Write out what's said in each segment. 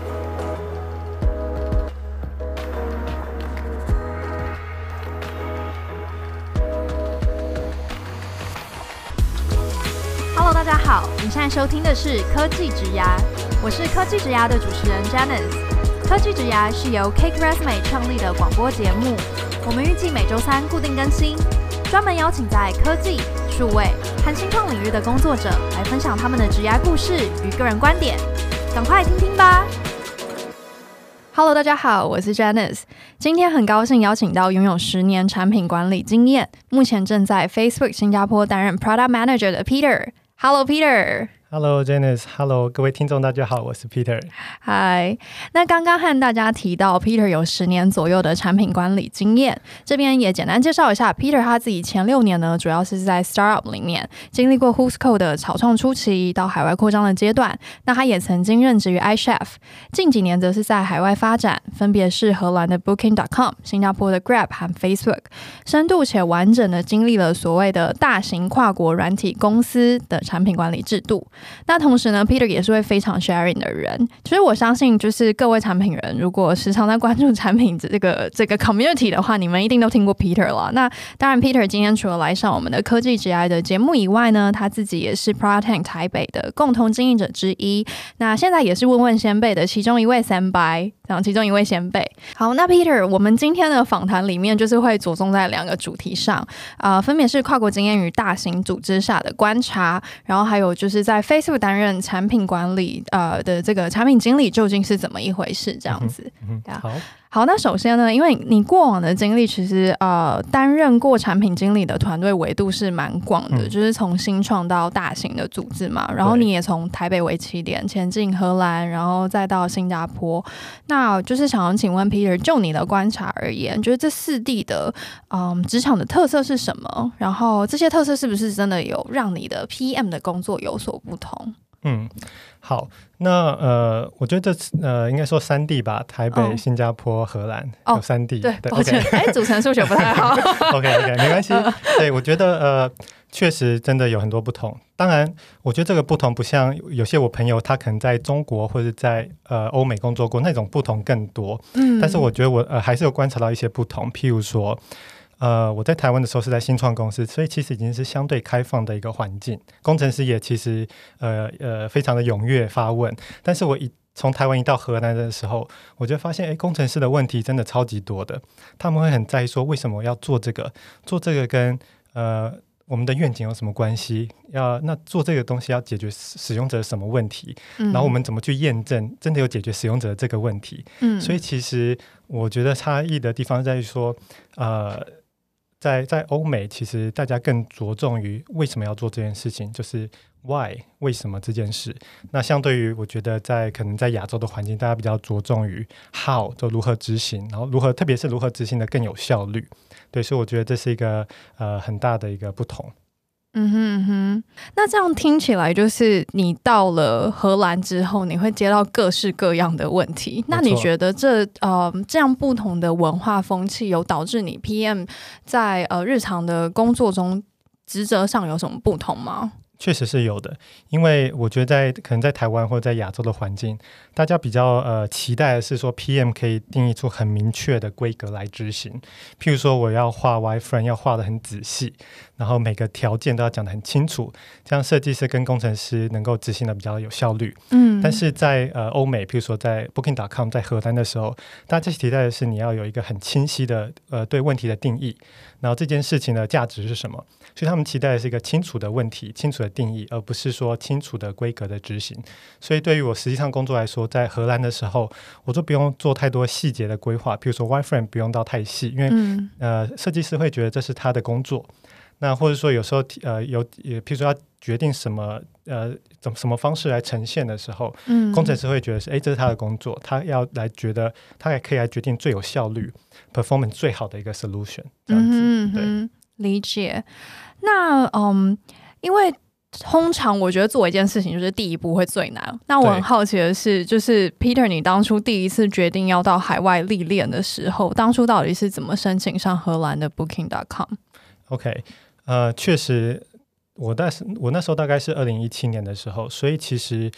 Hello， 大家好，你现在收听的是科技职涯，我是科技职涯的主持人 Janice。科技职涯是由 Cake Resume 创立的广播节目，我们预计每周三固定更新，专门邀请在科技、数位和新创领域的工作者来分享他们的职涯故事与个人观点，赶快听听吧。Hello， 大家好，我是 Janice。今天很高兴邀请到拥有10年产品管理经验，目前正在 Facebook 新加坡担任 Product Manager 的 Peter。Hello Peter。Hello Janice，Hello 各位听众大家好，我是 Peter。 嗨，那刚刚和大家提到 Peter 有10年左右的产品管理经验，这边也简单介绍一下 Peter 他自己前6年呢，主要是在 Startup 里面经历过 Who'sco 的草创初期到海外扩张的阶段，那他也曾经任职于 iChef， 近几年则是在海外发展，分别是荷兰的 Booking.com、 新加坡的 Grab 和 Facebook， 深度且完整的经历了所谓的大型跨国软体公司的产品管理制度。那同时呢 Peter 也是会非常 sharing 的人，其实我相信就是各位产品人如果时常在关注产品这个 community 的话，你们一定都听过 Peter 了。那当然 Peter 今天除了来上我们的科技职涯的节目以外呢，他自己也是 Product 台北的共同经营者之一，那现在也是问问先辈的其中一位先辈。好，那 Peter 我们今天的访谈里面就是会着重在2个主题上，分别是跨国经验与大型组织下的观察，然后还有就是在 Facebook 担任产品管理的这个产品经理究竟是怎么一回事这样子。好，那首先呢，因为你过往的经历其实担任过产品经理的团队维度是蛮广的，就是从新创到大型的组织嘛，然后你也从台北为起点前进荷兰，然后再到新加坡。那就是想要请问 Peter， 就你的观察而言，就是这4地的职场的特色是什么？然后这些特色是不是真的有让你的 PM 的工作有所不同？ 好，那我觉得应该说3地吧，台北、新加坡、荷兰，有3地。 对，抱歉，组成数学不太好。 OK， 没关系。对，我觉得确实真的有很多不同。当然，我觉得这个不同不像有些我朋友他可能在中国或者在欧美工作过，那种不同更多。但是我觉得我还是有观察到一些不同，譬如说。我在台湾的时候是在新创公司，所以其实已经是相对开放的一个环境，工程师也其实非常的踊跃发问。但是我从台湾到荷兰的时候，我就发现工程师的问题真的超级多的，他们会很在意说为什么要做这个跟我们的愿景有什么关系，那做这个东西要解决使用者什么问题，然后我们怎么去验证真的有解决使用者这个问题。所以其实我觉得差异的地方在于说在欧美其实大家更着重于为什么要做这件事情，就是 why 为什么这件事。那相对于我觉得可能在亚洲的环境，大家比较着重于 how 就如何执行，然后特别是如何执行的更有效率。对，所以我觉得这是一个很大的一个不同。 那这样听起来就是你到了荷兰之后你会接到各式各样的问题，那你觉得这样不同的文化风气有导致你 PM 在日常的工作中职责上有什么不同吗？ 确实是有的，因为我觉得可能在台湾或者在亚洲的环境，大家比较期待的是说 PM 可以定义出很明确的规格来执行，譬如说我要画 wireframe 要画得很仔细，然后每个条件都要讲得很清楚，这样设计师跟工程师能够执行的比较有效率。但是在欧美，譬如说在 Booking.com 在荷兰的时候，大家期待的是你要有一个很清晰的对问题的定义，然后这件事情的价值是什么，所以他们期待的是一个清楚的问题清楚的定义，而不是说清楚的规格的执行。所以对于我实际上工作来说，在荷兰的时候我就不用做太多细节的规划，比如说 wireframe 不用到太细，因为设计师会觉得这是他的工作，那或者说有时候譬如说要决定什么方式来呈现的时候，工程师会觉得这是他的工作，他要来觉得他还可以来决定最有效率 performance 最好的一个 solution 这样子。对， 理解。那因为通常我觉得做一件事情就是第一步会最难，那我很好奇的是，就是 Peter 你当初第一次决定要到海外历练的时候，当初到底是怎么申请上荷兰的 Booking.com？ OK， 确实我那时候大概是2017年的时候，所以其实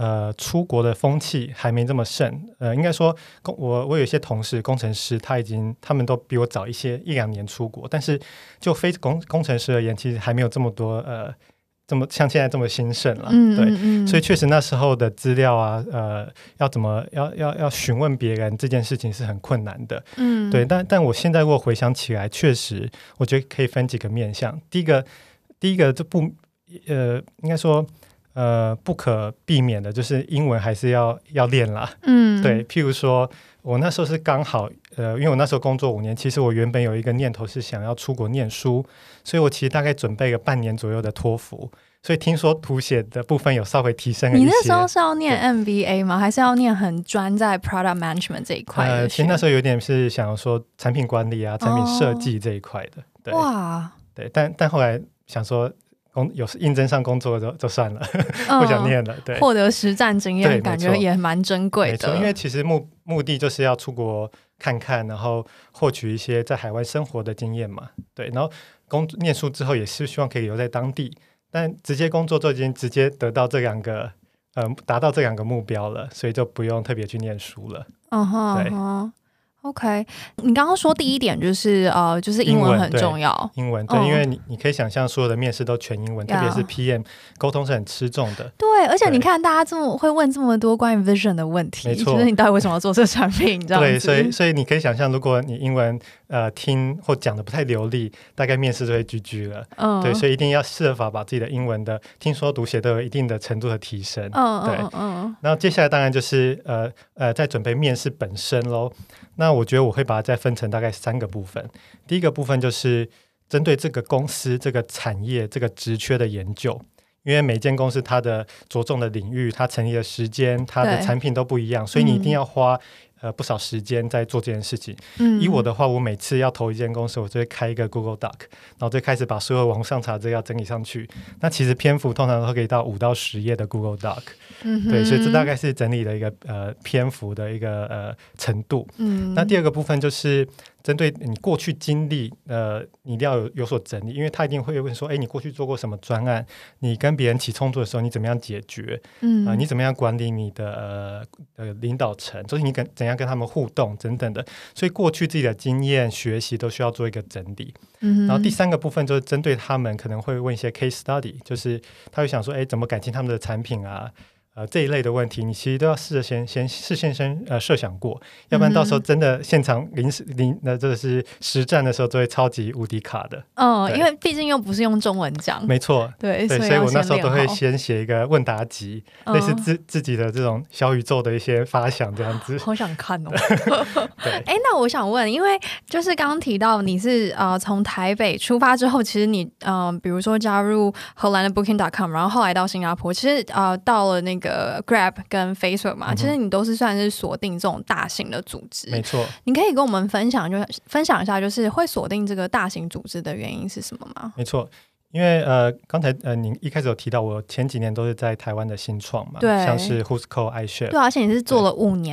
出国的风气还没这么盛，应该说我有一些同事工程师，他们都比我早一两年出国，但是就非工程师而言，其实还没有这么多这么像现在这么兴盛了，对，所以确实那时候的资料啊，要怎么要询问别人这件事情是很困难的，对，但我现在如果回想起来，确实我觉得可以分几个面向，第一个这应该说不可避免的就是英文还是要练啦，对，譬如说我那时候是刚好因为我那时候工作5年，其实我原本有一个念头是想要出国念书，所以我其实大概准备了半年左右的托福，所以听说图写的部分有稍微提升了一些。 你那时候是要念 MBA 吗？还是要念很专在 Product Management 这一块的？ 其实那时候有点是想要说产品管理啊、产品设计这一块的。对， 哇， 对，但后来想说有应征上工作就算了，不想念了。对， 获得实战经验，感觉也蛮珍贵的。 没错，因为其实目的就是要出国看看，然后获取一些在海外生活的经验嘛。对，然后念书之后也是希望可以留在当地，但直接工作就已经直接得到达到这两个目标了，所以就不用特别去念书了。对。 OK， 你刚刚说第一点就是就是英文很重要。 英文对，因为你可以想象所有的面试都全英文，特别是 PM 沟通是很吃重的。 对，而且你看大家会问这么多关于 vision 的问题，就是你到底为什么要做这个产品这样子。 对，所以你可以想象，如果你英文听或讲的不太流利，大概面试就会 GG 了。对，所以一定要设法把自己的英文的听说读写都有一定的程度的提升。对，然后接下来当然就是在准备面试本身咯。那我觉得我会把它再分成大概3个部分。第一个部分就是针对这个公司、这个产业、这个职缺的研究，因为每间公司它的着重的领域、它成立的时间、它的产品都不一样，所以你一定要花不少时间在做这件事情。以我的话，我每次要投一间公司，我就会开一个 Google Doc， 然后就开始把所有网上查资料整理上去。那其实篇幅通常都可以到5到10页的 Google Doc。对，所以这大概是整理的一个篇幅的一个程度。那第二个部分就是针对你过去经历你一定要有所整理，因为他一定会问说，你过去做过什么专案，你跟别人起冲突的时候你怎么样解决，你怎么样管理你的领导层，就是你怎样跟他们互动等等的，所以过去自己的经验学习都需要做一个整理。然后第3个部分就是针对他们可能会问一些 case study， 就是他会想说怎么改进他们的产品啊，这一类的问题你其实都要事先设想过，要不然到时候真的现场这个是实战的时候就会超级无敌卡的。 因为毕竟又不是用中文讲。 没错， 对， 所以我那时候都会先写一个问答集，类似自己的这种小宇宙的一些发想这样子。 好想看哦。对，那我想问，因为就是刚刚提到你是从台北出发之后，其实你比如说加入荷兰的 Booking.com， 然后后来到新加坡，其实到了那个 Grab 跟 Facebook 嘛，其实你都是算是锁定这种大型的组织。 没错， 你可以跟我们分享一下，就是会锁定这个大型组织的原因是什么吗？ 没错，因为刚才你一开始有提到，我前几年都是在台湾的新创嘛， 对， 像是 Whoosco、iShare， 对，而且你是做了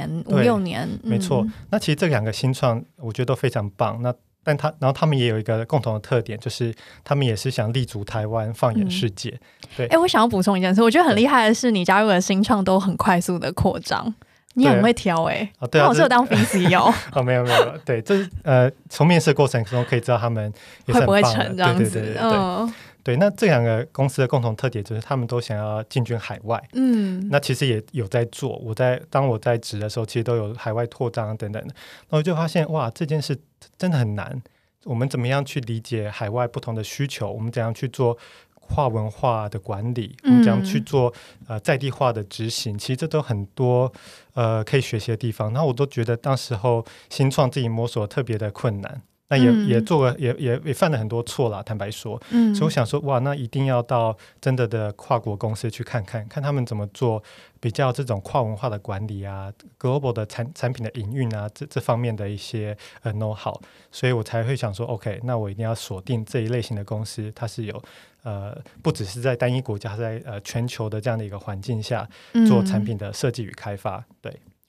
5-6年， 没错。那其实这2个新创我觉得都非常棒。然后他们也有一个共同的特点，就是他们也是想立足台湾，放眼世界。对， 我想要补充一件事，我觉得很厉害的是，你加入的新创都很快速的扩张。你很会挑对啊， 我是有当 VC 哦。 没有，对，这是从面试过程中可以知道他们也是很棒的， 会不会成这样子。 对，那这2个公司的共同特点就是他们都想要进军海外。那其实也有在做。当我在职的时候，其实都有海外拓张等等的。然后我就发现，哇，这件事真的很难。我们怎么样去理解海外不同的需求？我们怎样去做跨文化的管理？我们怎样去做在地化的执行？其实这都很多可以学习的地方。然后我都觉得当时候新创自己摸索特别的困难。那也做了，也犯了很多错啦，坦白说。所以我想说，哇，那一定要到真的跨国公司去看他们怎么做比较这种跨文化的管理啊 ，global 的产品的营运啊，这方面的一些know how。所以我才会想说 ，OK， 那我一定要锁定这一类型的公司，它是有不只是在单一国家，在全球的这样的一个环境下做产品的设计与开发。对。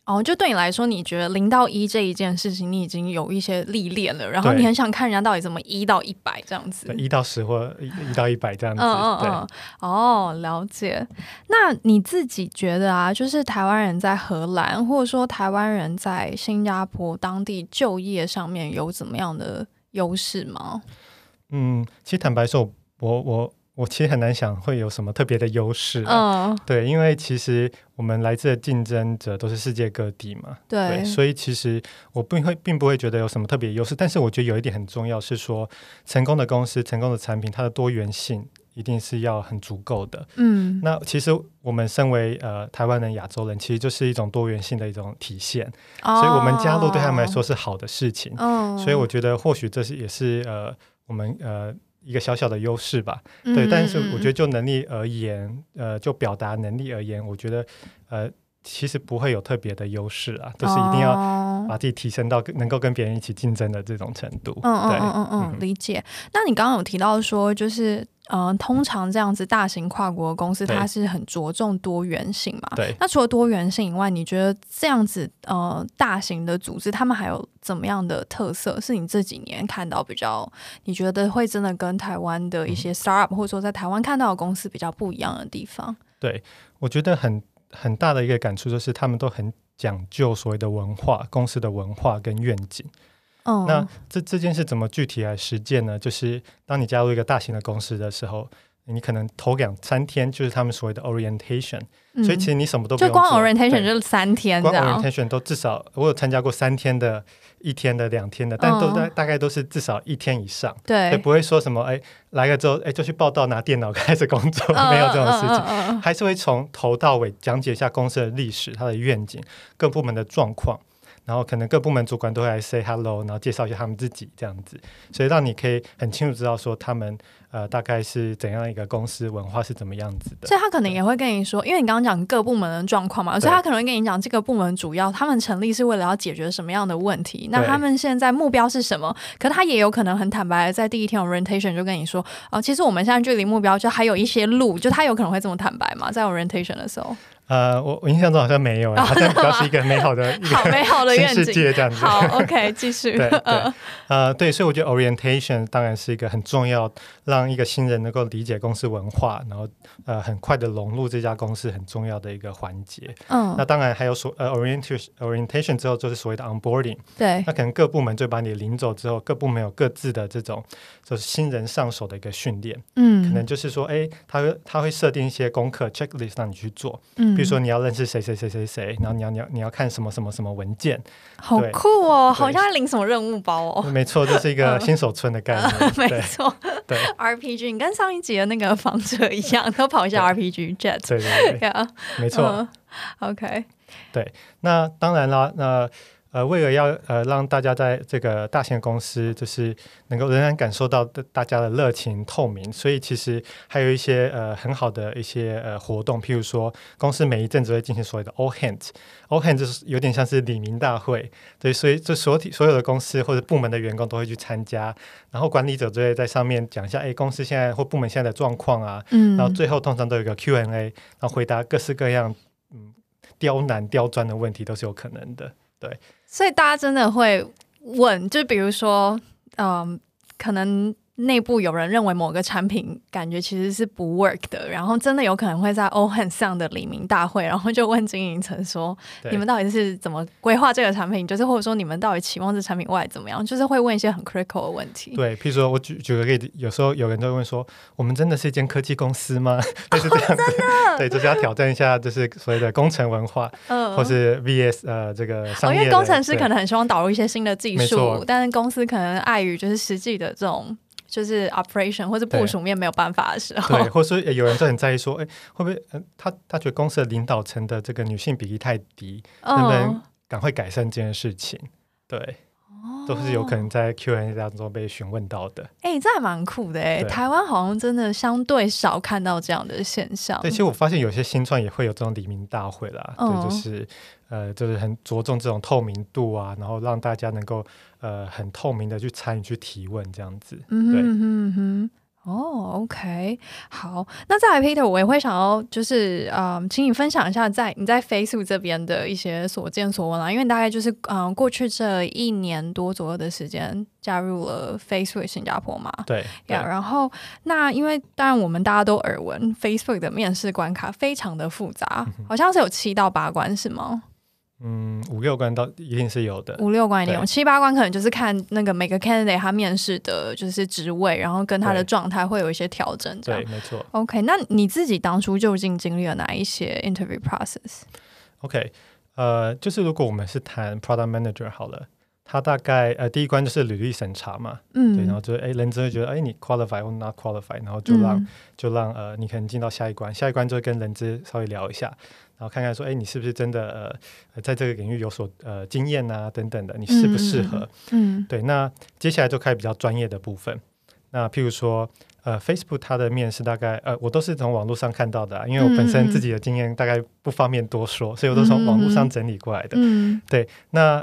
就对你来说，你觉得0到1这一件事情，你已经有一些历练了，然后你很想看人家到底怎么1到100这样子 ，1到10或1到100这样子。 了解。那你自己觉得啊，就是台湾人在荷兰，或者说台湾人在新加坡当地就业上面有怎么样的优势吗？ 其实坦白说，我其实很难想会有什么特别的优势对，因为其实我们来自的竞争者都是世界各地嘛，对，所以其实我并不会觉得有什么特别优势，但是我觉得有一点很重要是说，成功的公司、成功的产品，它的多元性一定是要很足够的。那其实我们身为台湾人、亚洲人，其实就是一种多元性的一种体现，所以我们加入对他们来说是好的事情。所以我觉得或许这也是我们一个小小的优势吧，对。但是我觉得就能力而言，就表达能力而言，我觉得其实不会有特别的优势啊，就是一定要把自己提升到能够跟别人一起竞争的这种程度。 理解。那你刚刚有提到说，就是通常这样子大型跨国公司，它是很着重多元性嘛？ 对。 那除了多元性以外，你觉得这样子大型的组织，他们还有怎么样的特色？是你这几年看到比较，你觉得会真的跟台湾的一些 startup 或者说在台湾看到的公司比较不一样的地方？ 对，我觉得很大的一个感触就是他们都很讲究所谓的文化，公司的文化跟愿景。那这件事怎么具体来实践呢？就是当你加入一个大型的公司的时候，你可能头2-3天就是他们所谓的 orientation，所以其实你什么都不用做， 就光 orientation 就是3天这样， 光 orientation 都至少我有参加过3天的、1天的、2天的，但都大概都是至少1天以上。对，不会说什么来了之后就去报到拿电脑开始工作，没有这种事情，还是会从头到尾讲解一下公司的历史、它的愿景、各部门的状况。然后可能各部门主管都会来 say hello， 然后介绍一下他们自己这样子，所以让你可以很清楚知道说他们大概是怎样一个公司文化是怎么样子的。 所以他可能也会跟你说，因为你刚刚讲各部门的状况嘛，所以他可能会跟你讲这个部门主要他们成立是为了要解决什么样的问题，那他们现在目标是什么。可他也有可能很坦白的在第一天 orientation 就跟你说其实我们现在距离目标就还有一些路，就他有可能会这么坦白嘛，在 orientation 的时候。 我印象中好像没有，好像比较是一个美好的新世界这样子。 好 OK 继续。 对，所以我觉得 orientation 当然是一个很重要，让一个新人能够理解公司文化，然后很快的融入这家公司很重要的一个环节。那当然还有orientation 之后就是所谓的 onboarding。对，那可能各部门就把你领走之后，各部门有各自的这种就是新人上手的一个训练。可能就是说他会设定一些功课 checklist 让你去做。比如说你要认识谁谁谁谁谁，然后你要看什么什么什么文件。 好酷哦，好像在领什么任务包哦。 没错，这是一个新手村的概念。 没错，对 RPG 你跟上一集的那个房者一样，都跑一下 RPG Jet。 对对对，没错。 OK， 对，那当然啦，那为了要让大家在这个大型公司就是能够仍然感受到大家的热情透明，所以其实还有一些很好的一些活动，譬如说公司每一阵子会进行所谓的 All Hands 就是有点像是李明大会。对，所以这所有的公司或者部门的员工都会去参加，然后管理者就会在上面讲一下公司现在或部门现在的状况啊，然后最后通常都有一个 Q&A， 然后回答各式各样刁难刁钻的问题都是有可能的。对， 所以大家真的会问，就比如说可能内部有人认为某个产品感觉其实是不 work 的，然后真的有可能会在All Hands上的黎明大会，然后就问经营层说你们到底是怎么规划这个产品，就是或者说你们到底期望这产品未来怎么样，就是会问一些很 critical 的问题。 对，譬如说我举个例子，有时候有人就会问说我们真的是一间科技公司吗？就是这样子。对，就是要挑战一下就是所谓的工程文化，或是 VS 这个商业的， 因为工程师可能很希望导入一些新的技术，但是公司可能碍于就是实际的这种就是 operation 或者部署面没有办法的时候， 对，或是有人就很在意说会不会他觉得公司的领导层的这个女性比例太低，能不能赶快改善这件事情。对，都是有可能在 Q&A 当中被询问到的。 这还蛮酷的台湾好像真的相对少看到这样的现象。 对，其实我发现有些新创也会有这种黎明大会啦。对，就是很着重这种透明度啊，然后让大家能够很透明的去参与去提问这样子。对 OK， 好，那再来 Peter， 我也会想要就是请你分享一下你在 Facebook 这边的一些所见所闻啦，因为大概就是过去这1年多左右的时间加入了 Facebook 新加坡嘛， 对， 然后那因为当然我们大家都耳闻 Facebook 的面试关卡非常的复杂，好像是有7到8关是吗 ？5、6关一定是有的 ，5、6关一定有，7、8关可能就是看那个每个 candidate 他面试的就是职位，然后跟他的状态会有一些调整这样。 对，没错。 OK， 那你自己当初究竟经历了哪一些 interview process？ OK， 就是如果我们是谈 product manager 好了，他大概第一关就是履历审查嘛，对，然后就人资会觉得你 qualify 或 not qualify， 然后就让你可能进到下一关就会跟人资稍微聊一下。然后看看说，你是不是真的在这个领域有所经验啊等等的，你适不适合？对，那接下来就开始比较专业的部分。那譬如说Facebook 它的面试大概我都是从网络上看到的因为我本身自己的经验大概不方便多说，所以我都从网络上整理过来的。对，那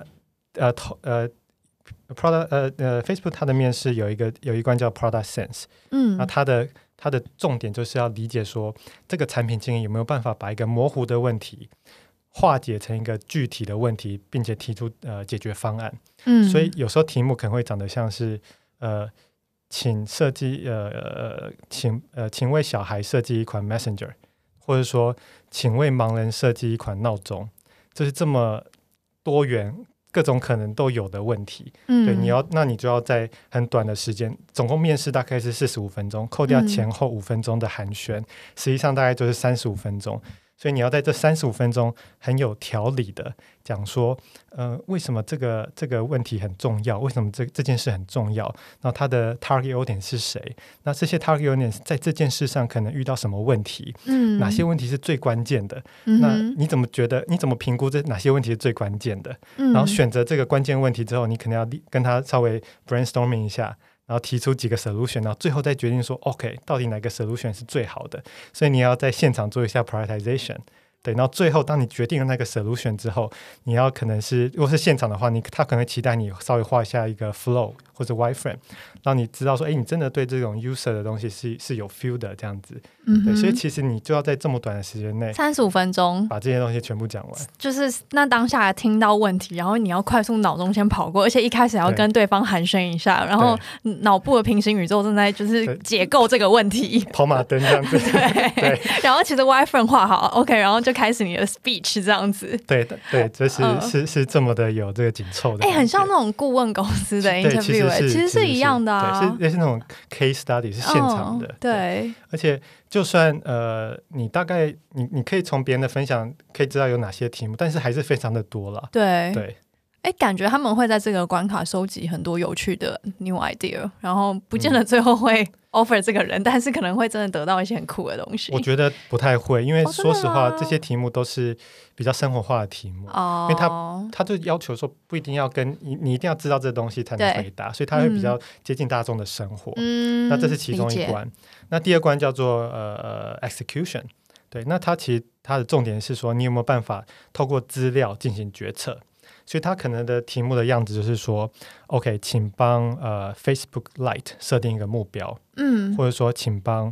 Facebook 它的面试有一关叫 Product Sense，那它的重点就是要理解说这个产品经理有没有办法把一个模糊的问题化解成一个具体的问题，并且提出解决方案。所以有时候题目可能会长得像是请设计请为小孩设计一款 Messenger， 或者说请为盲人设计一款闹钟，就是这么多元各种可能都有的问题。对，那你就要在很短的时间，总共面试大概是45分钟，扣掉前后5分钟的寒暄，实际上大概就是35分钟。所以你要在这35分钟很有条理的讲说为什么这个问题很重要，为什么这件事很重要，然后它的 target audience 是谁，那这些 target audience 在这件事上可能遇到什么问题，哪些问题是最关键的，那你怎么觉得，你怎么评估这哪些问题是最关键的，然后选择这个关键问题之后，你可能要跟他稍微 brainstorming 一下，然后提出几个 solution， 然后最后再决定说 OK 到底哪个 solution 是最好的，所以你要在现场做一下 prioritization。对，然后最后当你决定了那个 solution 之后，你要可能是如果是现场的话，他可能会期待你稍微画一下一个 flow 或者 wireframe， 让你知道说你真的对这种 user 的东西是有 feel 的这样子。对，所以其实你就要在这么短的时间内 35分钟把这些东西全部讲完， 就是那当下听到问题，然后你要快速脑中先跑过，而且一开始要跟对方寒暄一下，然后脑部的平行宇宙正在就是解构这个问题， 跑马灯这样子。对， 然后其实 wireframe 画好 OK， 然后就开始你的 speech 这样子。 对，是这么的有这个紧凑的很像那种顾问公司的 interview， 其实是一样的啊， 对，是那种 case study 是现场的。 对， 而且就算你大概你可以从别人的分享可以知道有哪些题目，但是还是非常的多了。 对，感觉他们会在这个关卡收集很多有趣的 new idea， 然后不见得最后会 offer 这个人，但是可能会真的得到一些很酷的东西。 我觉得不太会，因为说实话，这些题目都是比较生活化的题目，因为他就要求说不一定要跟你一定要知道这东西才能回答，所以他会比较接近大众的生活。那这是其中一关。那第二关叫做execution。对，那它其实它的重点是说你有没有办法透过资料进行决策。所以他可能的题目的样子就是说 OK 请帮Facebook Lite 设定一个目标，或者说请帮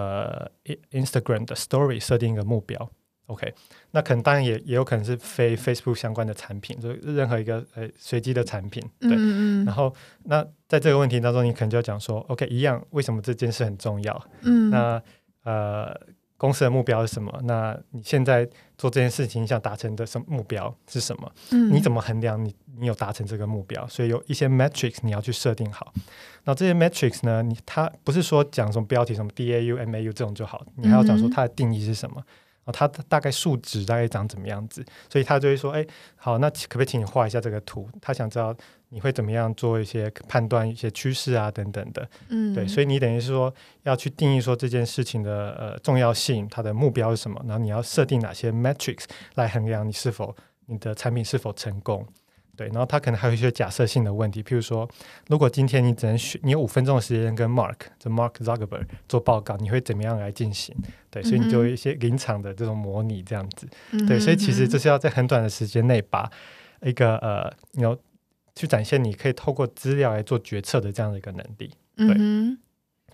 Instagram 的 Story 设定一个目标。 OK， 那可能当然也有可能是非 Facebook 相关的产品，就任何一个随机的产品。对，然后那在这个问题当中你可能就要讲说 OK 一样，为什么这件事很重要，那公司的目标是什么，那你现在做这件事情想达成的目标是什么，你怎么衡量你有达成这个目标，所以有一些 metrics 你要去设定好。那这些 metrics 呢，它不是说讲什么标题什么 DAU、MAU 这种就好，你还要讲说它的定义是什么，它大概数值大概长怎么样子，所以他就会说好，那可不可以请你画一下这个图，他想知道你会怎么样做一些判断一些趋势啊等等的。对，所以你等于是说要去定义说这件事情的重要性，它的目标是什么，然后你要设定哪些 metrics 来衡量你的产品是否成功。对，然后他可能还有一些假设性的问题，譬如说如果今天你你有5分钟的时间跟 Mark Zuckerberg 做报告，你会怎么样来进行。对，所以你就有一些临场的这种模拟这样子。对，所以其实这是要在很短的时间内把一个去展现你可以透过资料来做决策的这样的一个能力。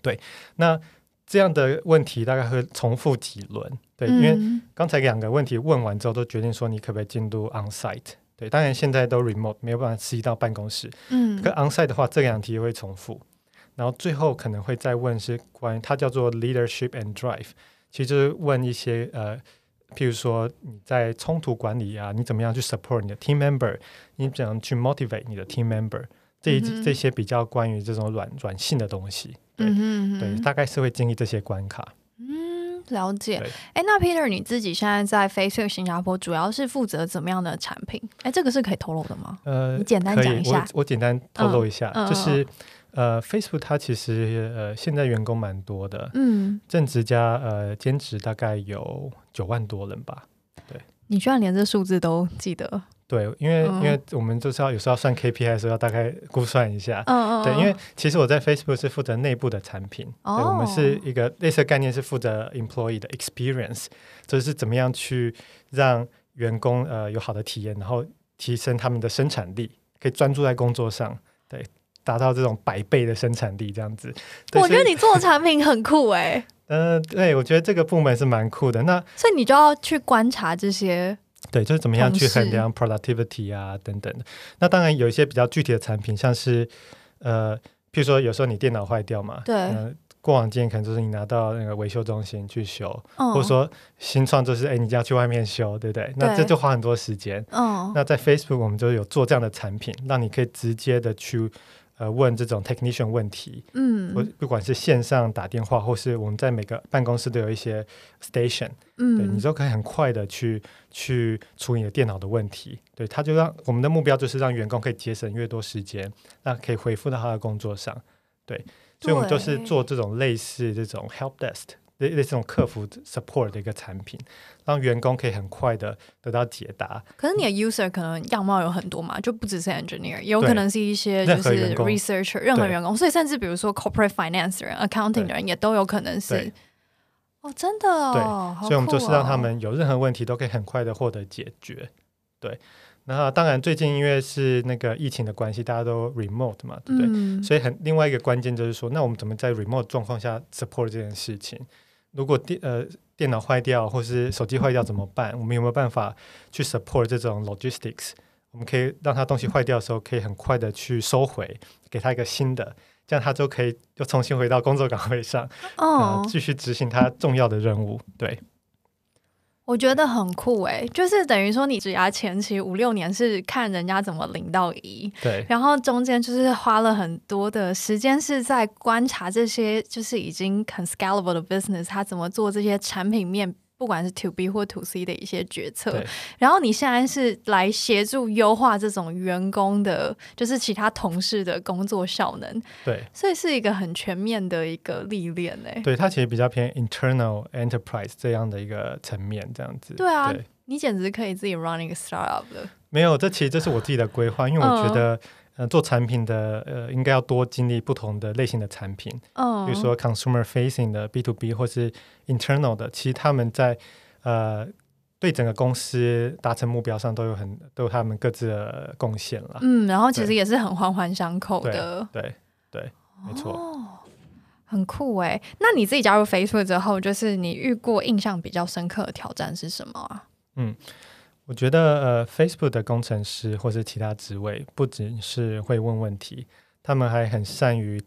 那这样的问题大概会重复几轮，对，因为刚才2个问题问完之后，都决定说你可不可以进入 on-site。对，当然现在都 remote 没有办法实际到办公室，可 on-site 的话，这2题会重复，然后最后可能会再问是关于它叫做 leadership and drive， 其实就是问一些譬如说你在冲突管理啊，你怎么样去 support 你的 team member， 你怎样去 motivate 你的 team member， 这些比较关于这种软性的东西。对，大概是会经历这些关卡。 了解。那 Peter 你自己现在在 Facebook 新加坡主要是负责怎么样的产品？这个是可以透露的吗？你简单讲一下。 我简单透露一下，就是Facebook 它其实现在员工蛮多的，正职加兼职大概有9万多人吧。对， 你居然连这数字都记得？ 对，因为我们就是有时候要算 KPI 的时候要大概估算一下。对，因为其实我在 Facebook 是负责内部的产品，对，我们是一个类似的概念，是负责 employee 的 experience， 就是怎么样去让员工有好的体验，然后提升他们的生产力，可以专注在工作上，对，达到这种100倍的生产力这样子。 我觉得你做的产品很酷对，我觉得这个部门是蛮酷的。那所以你就要去观察这些。 对，就是怎么样去衡量 productivity 啊等等的。那当然有一些比较具体的产品，像是譬如说有时候你电脑坏掉嘛， 对， 过往经验可能就是你拿到那个维修中心去修，或者说新创就是你就要去外面修，对不对？那这就花很多时间。那在 Facebook 我们就有做这样的产品，让你可以直接的去问这种 technician 问题，不管是线上打电话，或是我们在每个办公室都有一些 station，对，你都可以很快的去处理你的电脑的问题。对，它就让我们的目标就是让员工可以节省越多时间，那可以回复到他的工作上。对，所以我们就是做这种类似这种 help desk， 类似这种客服 support 的一个产品，让员工可以很快的得到解答。 可是你的 user 可能样貌有很多嘛，就不只是 engineer， 也有可能是一些就是 researcher， 任何员工，所以甚至比如说 corporate finance 的人 accounting 的人也都有可能是。真的哦。 对，所以我们就是让他们有任何问题都可以很快的获得解决。对，那当然最近因为是那个疫情的关系，大家都 remote 嘛，对不对？所以另外一个关键就是说，那我们怎么在 remote 状况下 support 这件事情？如果电脑坏掉或是手机坏掉怎么办？我们有没有办法去 support 这种 logistics？ 我们可以让他东西坏掉的时候可以很快的去收回，给他一个新的，这样他就可以又重新回到工作岗位上，继续执行他重要的任务。对， 我觉得很酷就是等于说你职涯前期5-6年是看人家怎么0到1， 对， 然后中间就是花了很多的时间是在观察这些就是已经很 scalable 的 business， 它怎么做这些产品面不管是 to B 或 to C 的一些决策，然后你现在是来协助优化这种员工的就是其他同事的工作效能， 对， 所以是一个很全面的一个历练对，它其实比较偏 internal enterprise 这样的一个层面这样子。 对啊，你简直可以自己 run 一个 startup 的。 没有，这其实这是我自己的规划，因为我觉得做产品的应该要多经历不同的类型的产品，比如说 consumer facing 的 B2B 或是 internal 的，其实他们在对整个公司达成目标上都有他们各自的贡献了。 然后其实也是很环环相扣的。 对，没错。 很酷那你自己加入 Facebook 之后，就是你遇过印象比较深刻的挑战是什么啊？ 我觉得Facebook 的工程师或是其他职位不仅是会问问题，他们还很善于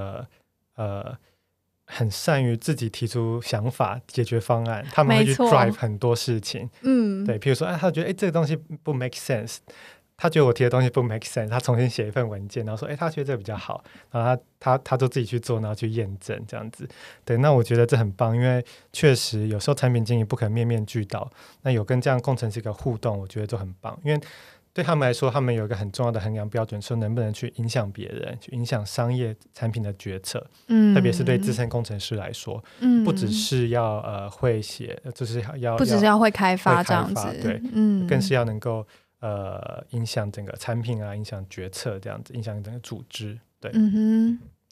自己提出想法解决方案，他们会去 drive 很多事情。对，譬如说他觉得这个东西不 make sense， 他觉得我提的东西不 make sense， 他重新写一份文件，然后说他觉得这个比较好，然后他就自己去做，然后去验证这样子。对，那我觉得这很棒，因为确实有时候产品经理不可能面面俱到，那有跟这样工程师一个互动，我觉得就很棒。因为对他们来说，他们有一个很重要的衡量标准，说能不能去影响别人，去影响商业产品的决策。特别是对资深工程师来说，不只是要会写，就是不只是要会开发这样子， 对，更是要能够影响整个产品啊，影响决策这样子，影响整个组织。对，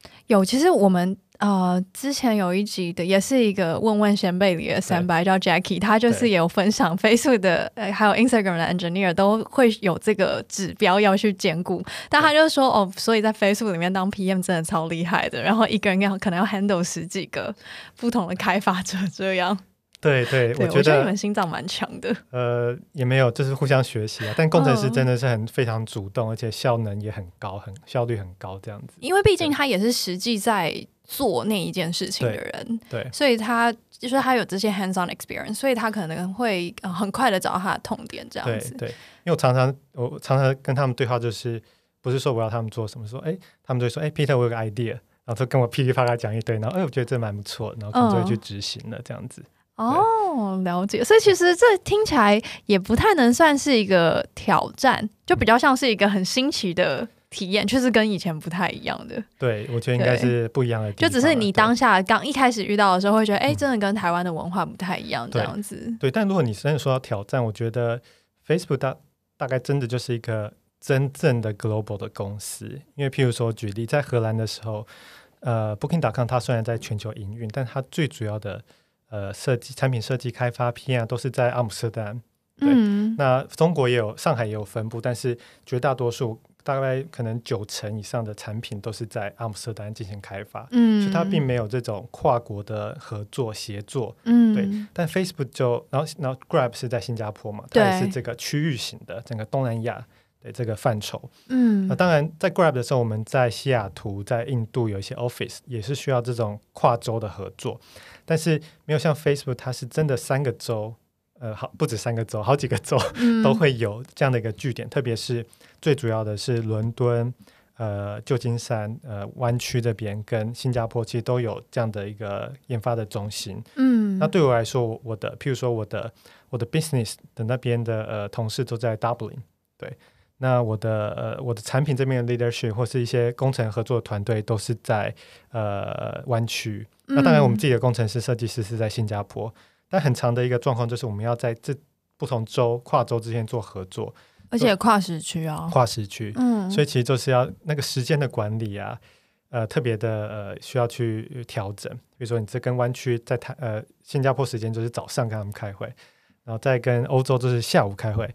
有，其实我们之前有一集的也是一个问问先辈里的三白叫 Jackie， 他就是也有分享 Facebook 的还有 Instagram 的 engineer 都会有这个指标要去兼顾，但他就说所以在 Facebook 里面当 PM 真的超厉害的，然后一个人可能要 handle 10几个不同的开发者这样。 对，我觉得你们心脏蛮强的。 也没有，就是互相学习啊。但工程师真的是非常主动，而且效能也很高，效率很高这样子。 因为毕竟他也是实际在做那一件事情的人， 对， 所以他就是他有这些 hands-on experience， 所以他可能会很快的找到他的痛点这样子。 对，因为我常常跟他们对话，就是不是说我要他们做什么，说他们就会说Peter 我有个 idea， 然后就跟我噼里啪啦讲一堆，然后我觉得这蛮不错，然后可能就会去执行了这样子。 了解。所以其实这听起来也不太能算是一个挑战，就比较像是一个很新奇的体验，确实跟以前不太一样的。 对，我觉得应该是不一样的地方， 就只是你当下刚一开始遇到的时候会觉得真的跟台湾的文化不太一样这样子。 对，但如果你真的说到挑战，我觉得 Facebook 大概真的就是一个真正的 global 的公司。因为譬如说举例在荷兰的时候Booking.com 它虽然在全球营运，但它最主要的产品设计开发 PM 都是在阿姆斯特丹。对，那中国上海也有分部，但是绝大多数大概可能90%以上的产品都是在阿姆斯特丹进行开发，所以它并没有这种跨国的合作协作。对，但 Facebook 然后 Grab 是在新加坡嘛，它也是这个区域型的整个东南亚的这个范畴。当然在 Grab 的时候，我们在西雅图在印度有一些 office 也是需要这种跨州的合作，但是没有像 Facebook 它是真的3个州不止3个州，好几个州都会有这样的一个据点，特别是最主要的是伦敦旧金山湾区这边跟新加坡其实都有这样的一个研发的中心。那对我来说譬如说我的 business 的那边的同事都在 Dublin。 对，那我的产品这边的 leadership 或是一些工程合作的团队都是在湾区。那当然我们自己的工程师设计师是在新加坡，但很长的一个状况就是我们要在这不同州跨州之间做合作， 而且跨时区啊， 跨时区。所以其实就是要那个时间的管理啊特别的需要去调整。比如说你这跟湾区在新加坡时间就是早上跟他们开会，然后再跟欧洲就是下午开会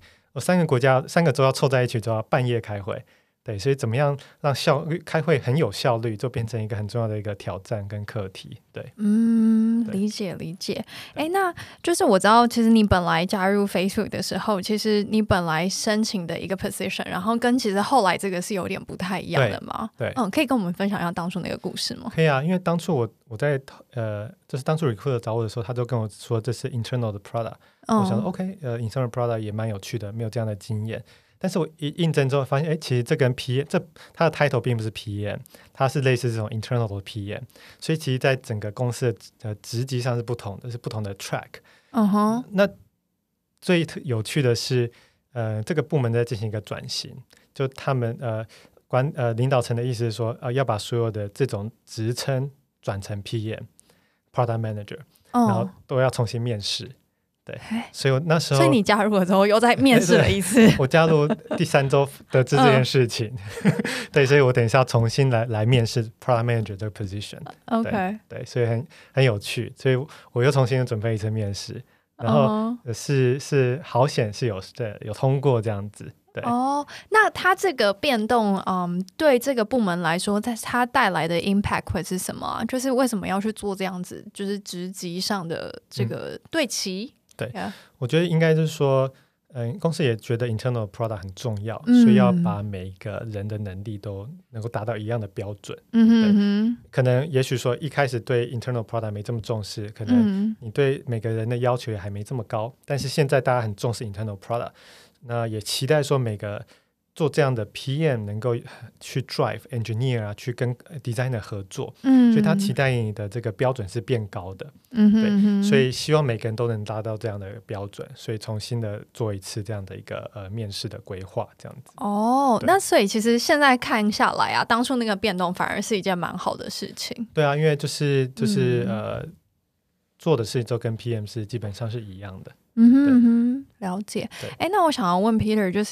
，3个州要凑在一起就要半夜开会。对，所以怎么样让开会很有效率，就变成一个很重要的一个挑战跟课题。对， 理解。那就是我知道其实你本来加入 Facebook 的时候，其实你本来申请的一个 position， 然后跟其实后来这个是有点不太一样的嘛。 对， 可以跟我们分享一下当初那个故事吗？ 可以啊，因为当初我在就是当初 recruiter 找我的时候，他就跟我说这是 internal 的 product。我想说 OK internal product 也蛮有趣的，没有这样的经验。但是我一印证之后发现其实这跟 PM 它的 title 并不是 PM， 它是类似这种 internal 的 PM， 所以其实在整个公司的职级上是不同的，是不同的 track。那最有趣的是这个部门在进行一个转型，就他们领导层的意思是说要把所有的这种职称转成 PM Product Manager，然后都要重新面试。对，所以我那时候， 所以你加入了之后又再面试了一次。 我加入第3周得知这件事情。对，所以我等一下重新来面试 Product Manager 这个 position。 对，所以很有趣，所以我又重新准备一次面试，然后是好险是有通过这样子。对， 那它这个变动对这个部门来说它带来的 impact 会是什么啊？就是为什么要去做这样子就是职级上的这个对齐？ 对，我觉得应该就是说公司也觉得 internal product 很重要，所以要把每一个人的能力都能够达到一样的标准。可能也许说一开始对 internal product 没这么重视，可能你对每个人的要求也还没这么高，但是现在大家很重视 internal product， 那也期待说每个做这样的 PM 能够去 drive engineer 啊，去跟 designer 合作。所以他期待你的这个标准是变高的。对，所以希望每个人都能达到这样的标准，所以重新的做一次这样的一个面试的规划这样子。 那所以其实现在看下来啊，当初那个变动反而是一件蛮好的事情。 对啊，因为就是做的事就跟 PM 是基本上是一样的。 了解。那我想要问 Peter， 就是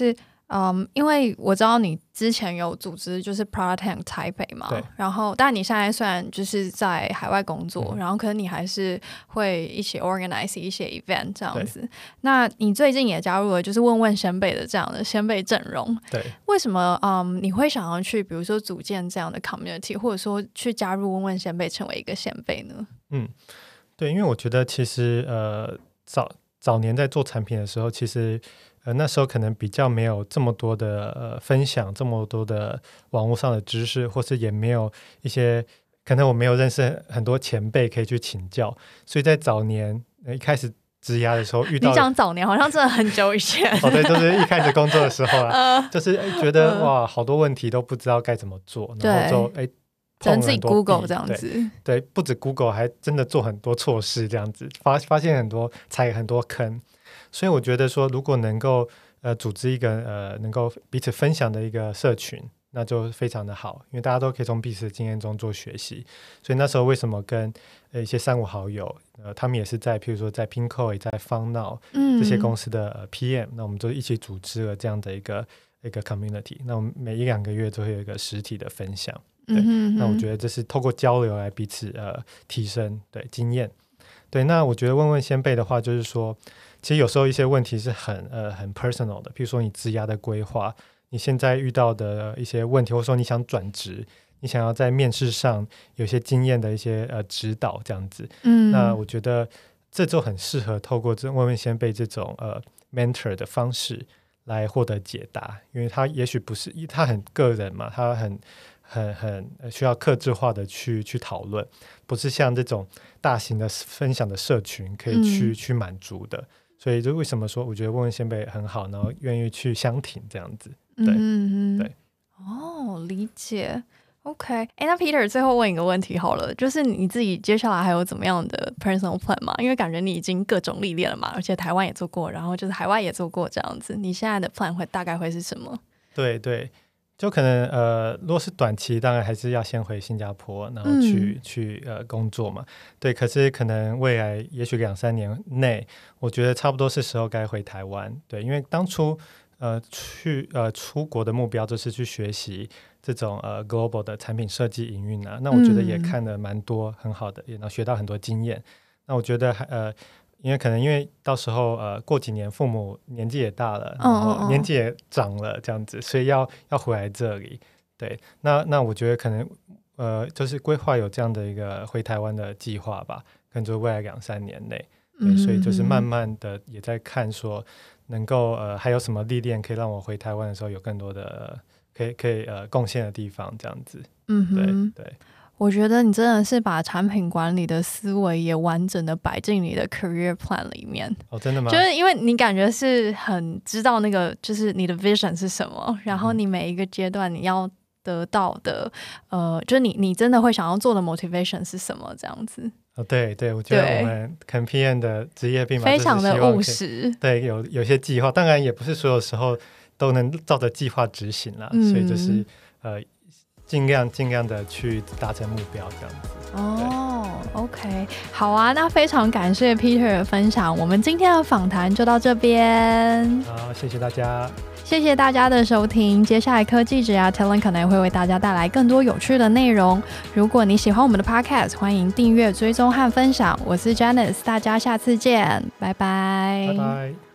因为我知道你之前有组织就是 Product Tank 台北嘛，然后但你现在虽然就是在海外工作，然后可能你还是会一起 organize 一些 event 这样子。那你最近也加入了就是问问先辈的这样的先辈阵容， 对， 为什么你会想要去比如说组建这样的 community， 或者说去加入问问先辈成为一个先辈呢？ 对，因为我觉得其实早年在做产品的时候，其实那时候可能比较没有这么多的分享，这么多的网络上的知识，或是也没有一些可能我没有认识很多前辈可以去请教，所以在早年一开始职涯的时候遇到， 你讲早年好像真的很久以前对，就是一开始工作的时候就是觉得哇好多问题都不知道该怎么做，然后就只能自己 Google 这样子， 对，不止 Google 还真的做很多错事这样子，发现踩很多坑，所以我觉得说如果能够组织一个能够彼此分享的一个社群，那就非常的好，因为大家都可以从彼此的经验中做学习。所以那时候为什么跟一些3-5好友他们也是在譬如说在 Pinkoi 在 FunNow 这些公司的PM，那我们就一起组织了这样的一个 community， 那我们每1-2个月都会有一个实体的分享，对，那我觉得这是透过交流来彼此提升对经验。对，那我觉得问问先辈的话就是说，其实有时候一些问题是很 personal 的，譬如说你职涯的规划，你现在遇到的一些问题，或者说你想转职，你想要在面试上有一些经验的一些指导这样子，那我觉得这就很适合透过问问先辈这种mentor 的方式来获得解答，因为他也许不是他很个人嘛，他很需要客制化的去讨论，不是像这种大型的分享的社群可以去满足的，所以就为什么说我觉得问问先辈很好，然后愿意去相挺这样子，对，对， 理解。OK， 那 Peter 最后问一个问题好了，就是你自己接下来还有怎么样的 personal plan 吗？因为感觉你已经各种历练了嘛，而且台湾也做过，然后就是海外也做过这样子，你现在的 plan 大概会是什么？对对，就可能如果是短期当然还是要先回新加坡，然后去工作嘛，对，可是可能未来也许2-3年内我觉得差不多是时候该回台湾，对，因为当初出国的目标就是去学习这种global 的产品设计营运啊，那我觉得也看了蛮多很好的，也能学到很多经验，那我觉得因为到时候过几年父母年纪也大了，然后年纪也长了这样子，所以要回来这里，对，那我觉得可能就是规划有这样的一个回台湾的计划吧，可能就未来2-3年内，对，所以就是慢慢的也在看说能够还有什么历练可以让我回台湾的时候有更多的可以贡献的地方这样子，对， 我觉得你真的是把产品管理的思维也完整的摆进你的 career plan 里面。 真的吗？ 就是因为你感觉是很知道那个就是你的 vision 是什么，然后你每一个阶段你要得到的就是你真的会想要做的 motivation 是什么这样子。 对，我觉得我们 CAMPM 的职业病非常的务实， 对，有些计划，当然也不是所有时候都能照着计划执行啦，所以就是尽量的去达成目标这样子。 OK， 好啊，那非常感谢 Peter 的分享，我们今天的访谈就到这边。 好，谢谢大家。 谢谢大家的收听，接下来科技职涯 Talent 可能会为大家带来更多有趣的内容。如果你喜欢我们的 Podcast， 欢迎订阅、追踪和分享。我是 Janice， 大家下次见，拜拜。 拜拜。